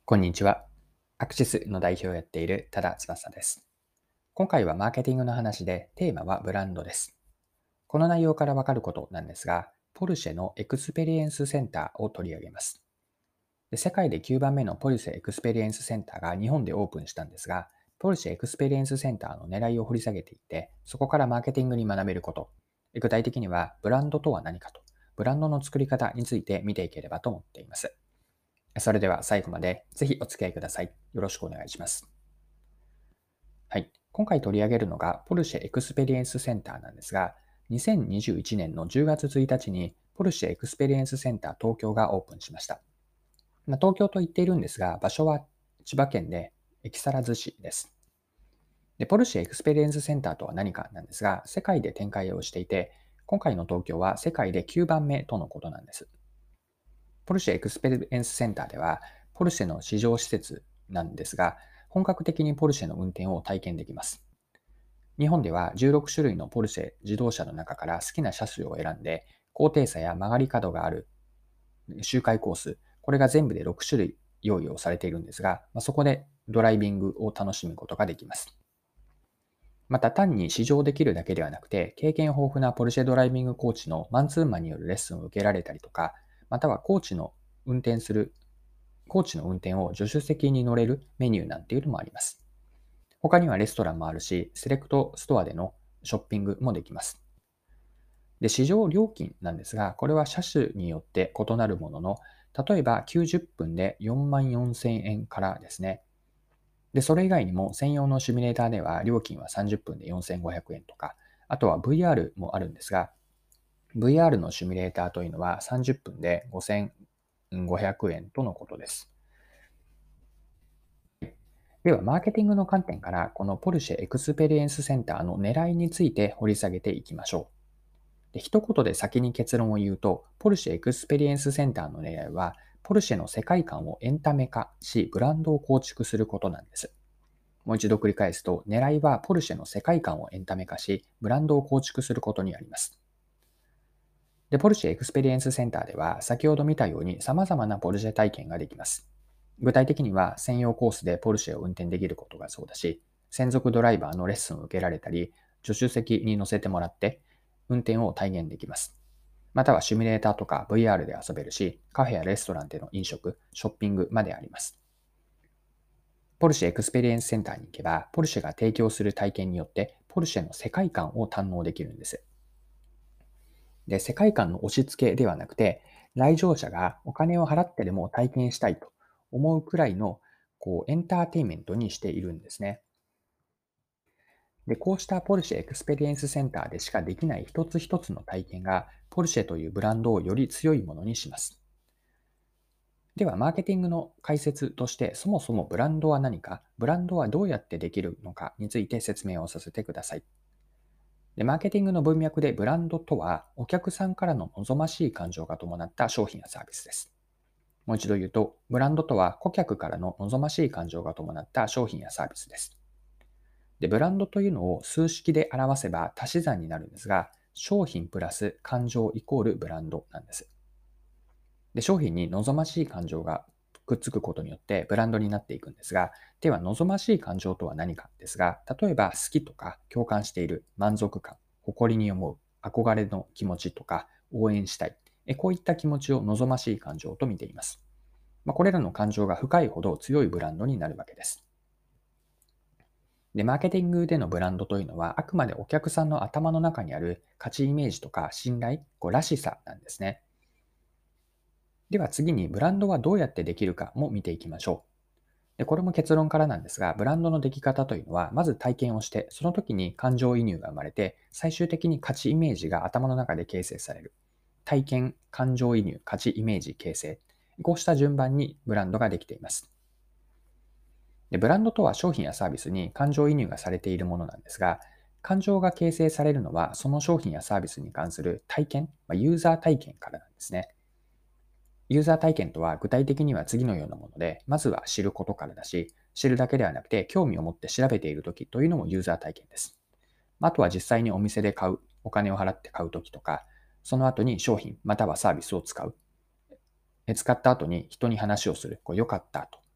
こんにちは。アクシスの代表をやっている多田翼です。今回はマーケティングの話で、テーマはブランドです。この内容からわかることなんですが、ポルシェのエクスペリエンスセンターを取り上げます。世界で9番目のポルシェエクスペリエンスセンターが日本でオープンしたんですが、ポルシェエクスペリエンスセンターの狙いを掘り下げていって、そこからマーケティングに学べること、具体的にはブランドとは何かと、ブランドの作り方について見ていければと思っています。それでは最後までぜひお付き合いください。よろしくお願いします。はい。今回取り上げるのがポルシェエクスペリエンスセンターなんですが、2021年の10月1日にポルシェエクスペリエンスセンター東京がオープンしました。東京と言っているんですが、場所は千葉県で木更津市です。ポルシェエクスペリエンスセンターとは何かなんですが、世界で展開をしていて、今回の東京は世界で9番目とのことなんです。ポルシェエクスペリエンスセンターでは、ポルシェの試乗施設なんですが、本格的にポルシェの運転を体験できます。日本では16種類のポルシェ自動車の中から好きな車種を選んで、高低差や曲がり角がある周回コース、これが全部で6種類用意をされているんですが、そこでドライビングを楽しむことができます。また単に試乗できるだけではなくて、経験豊富なポルシェドライビングコーチのマンツーマンによるレッスンを受けられたりとか、またはコーチの運転を助手席に乗れるメニューなんていうのもあります。他にはレストランもあるし、セレクトストアでのショッピングもできます。で、市場料金なんですが、これは車種によって異なるものの、例えば90分で4万4000円からですね。で、それ以外にも専用のシミュレーターでは料金は30分で4500円とか、あとは VR もあるんですが、VR のシミュレーターというのは30分で5500円とのことです。では、マーケティングの観点から、このポルシェエクスペリエンスセンターの狙いについて掘り下げていきましょう。で、一言で先に結論を言うと、ポルシェエクスペリエンスセンターの狙いは、ポルシェの世界観をエンタメ化し、ブランドを構築することなんです。もう一度繰り返すと、狙いはポルシェの世界観をエンタメ化し、ブランドを構築することにあります。で、ポルシェエクスペリエンスセンターでは、先ほど見たように様々なポルシェ体験ができます。具体的には、専用コースでポルシェを運転できることがそうだし、専属ドライバーのレッスンを受けられたり、助手席に乗せてもらって、運転を体現できます。またはシミュレーターとか VR で遊べるし、カフェやレストランでの飲食、ショッピングまであります。ポルシェエクスペリエンスセンターに行けば、ポルシェが提供する体験によって、ポルシェの世界観を堪能できるんです。で、世界観の押し付けではなくて、来場者がお金を払ってでも体験したいと思うくらいのエンターテインメントにしているんですね。で、こうしたポルシェエクスペリエンスセンターでしかできない一つ一つの体験が、ポルシェというブランドをより強いものにします。では、マーケティングの解説として、そもそもブランドは何か、ブランドはどうやってできるのかについて説明をさせてください。で、マーケティングの文脈でブランドとは、お客さんからの望ましい感情が伴った商品やサービスです。もう一度言うと、ブランドとは顧客からの望ましい感情が伴った商品やサービスです。で、ブランドというのを数式で表せば足し算になるんですが、商品プラス感情イコールブランドなんです。で、商品に望ましい感情がくっつくことによってブランドになっていくんですが、では望ましい感情とは何かですが、例えば好きとか共感している、満足感、誇りに思う、憧れの気持ちとか応援したい、こういった気持ちを望ましい感情と見ています。これらの感情が深いほど強いブランドになるわけです。で、マーケティングでのブランドというのは、あくまでお客さんの頭の中にある価値イメージとか信頼、らしさなんですね。では次にブランドはどうやってできるかも見ていきましょう。で、これも結論からなんですが、ブランドのでき方というのは、まず体験をして、その時に感情移入が生まれて、最終的に価値イメージが頭の中で形成される。体験、感情移入、価値イメージ形成。こうした順番にブランドができています。で、ブランドとは商品やサービスに感情移入がされているものなんですが、感情が形成されるのは、その商品やサービスに関する体験、ユーザー体験からなんですね。ユーザー体験とは具体的には次のようなもので、まずは知ることからだし、知るだけではなくて興味を持って調べているときというのもユーザー体験です。あとは実際にお店で買う、お金を払って買うときとか、その後に商品またはサービスを使う。使った後に人に話をする、良かったと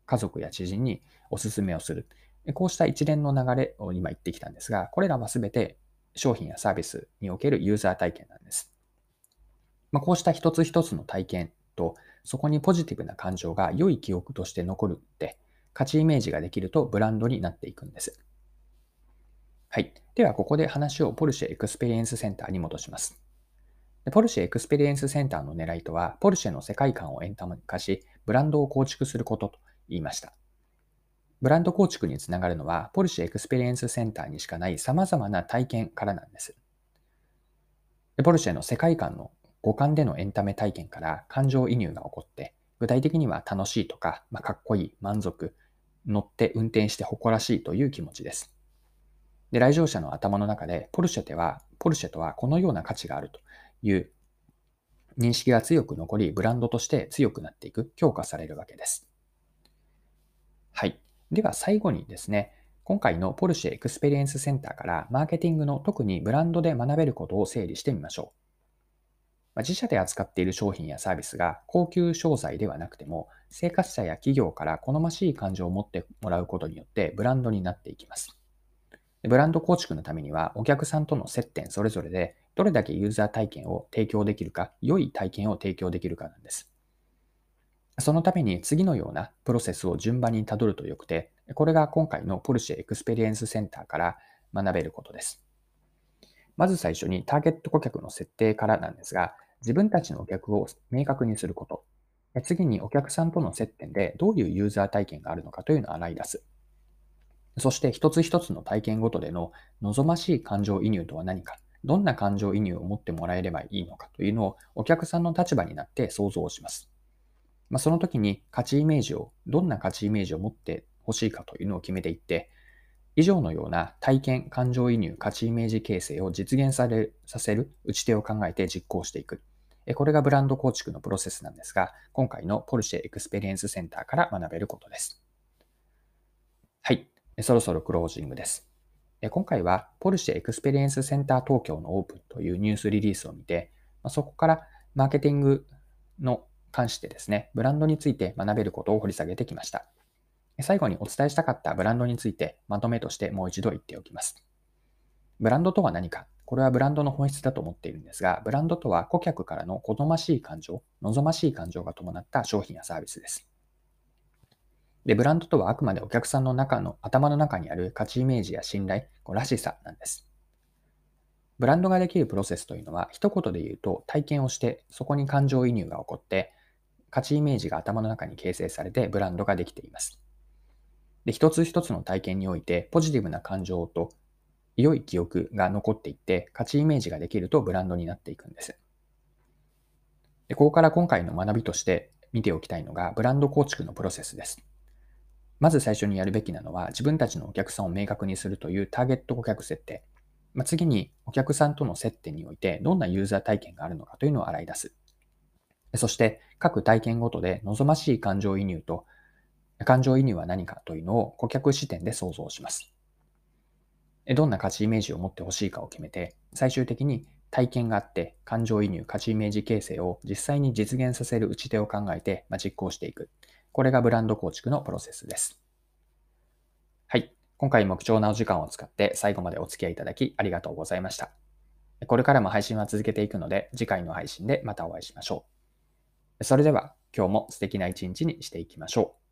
家族や知人にお勧めをする。こうした一連の流れを今言ってきたんですが、これらはすべて商品やサービスにおけるユーザー体験なんです。こうした一つ一つの体験と、そこにポジティブな感情が良い記憶として残るって、価値イメージができるとブランドになっていくんです。はい。では、ここで話をポルシェエクスペリエンスセンターに戻します。ポルシェエクスペリエンスセンターの狙いとは、ポルシェの世界観をエンタメ化し、ブランドを構築することと言いました。ブランド構築につながるのは、ポルシェエクスペリエンスセンターにしかない様々な体験からなんです。ポルシェの世界観の五感でのエンタメ体験から感情移入が起こって、具体的には楽しいとか、かっこいい、満足、乗って運転して誇らしいという気持ちです。で、来場者の頭の中で、ポルシェとはこのような価値があるという認識が強く残り、ブランドとして強くなっていく、強化されるわけです。はい。では最後にですね、今回のポルシェエクスペリエンスセンターからマーケティングの特にブランドで学べることを整理してみましょう。自社で扱っている商品やサービスが高級商材ではなくても、生活者や企業から好ましい感情を持ってもらうことによってブランドになっていきます。ブランド構築のためには、お客さんとの接点それぞれで、どれだけユーザー体験を提供できるか、良い体験を提供できるかなんです。そのために次のようなプロセスを順番にたどるとよくて、これが今回のポルシェエクスペリエンスセンターから学べることです。まず最初にターゲット顧客の設定からなんですが、自分たちのお客を明確にすること。次にお客さんとの接点でどういうユーザー体験があるのかというのを洗い出す。そして一つ一つの体験ごとでの望ましい感情移入とは何か、どんな感情移入を持ってもらえればいいのかというのをお客さんの立場になって想像します。その時にどんな価値イメージを持ってほしいかというのを決めていって、以上のような体験、感情移入、価値イメージ形成を実現させる打ち手を考えて実行していく。これがブランド構築のプロセスなんですが、今回のポルシェエクスペリエンスセンターから学べることです。はい。そろそろクロージングです。今回はポルシェエクスペリエンスセンター東京のオープンというニュースリリースを見て、そこからマーケティングの関してですね、ブランドについて学べることを掘り下げてきました。最後にお伝えしたかったブランドについてまとめとしてもう一度言っておきます。ブランドとは何か、これはブランドの本質だと思っているんですが、ブランドとは顧客からの望ましい感情、望ましい感情が伴った商品やサービスです。で、ブランドとはあくまでお客さんの頭の中にある価値イメージや信頼、らしさなんです。ブランドができるプロセスというのは、一言で言うと体験をして、そこに感情移入が起こって、価値イメージが頭の中に形成されてブランドができています。で、一つ一つの体験において、ポジティブな感情と良い記憶が残っていって、価値イメージができるとブランドになっていくんです。で、ここから今回の学びとして見ておきたいのが、ブランド構築のプロセスです。まず最初にやるべきなのは、自分たちのお客さんを明確にするというターゲット顧客設定。次に、お客さんとの接点において、どんなユーザー体験があるのかというのを洗い出す。そして、各体験ごとで望ましい感情移入と、感情移入は何かというのを顧客視点で想像します。どんな価値イメージを持ってほしいかを決めて、最終的に体験があって、感情移入、価値イメージ形成を実際に実現させる打ち手を考えて、実行していく。これがブランド構築のプロセスです。はい。今回も貴重なお時間を使って最後までお付き合いいただきありがとうございました。これからも配信は続けていくので、次回の配信でまたお会いしましょう。それでは今日も素敵な一日にしていきましょう。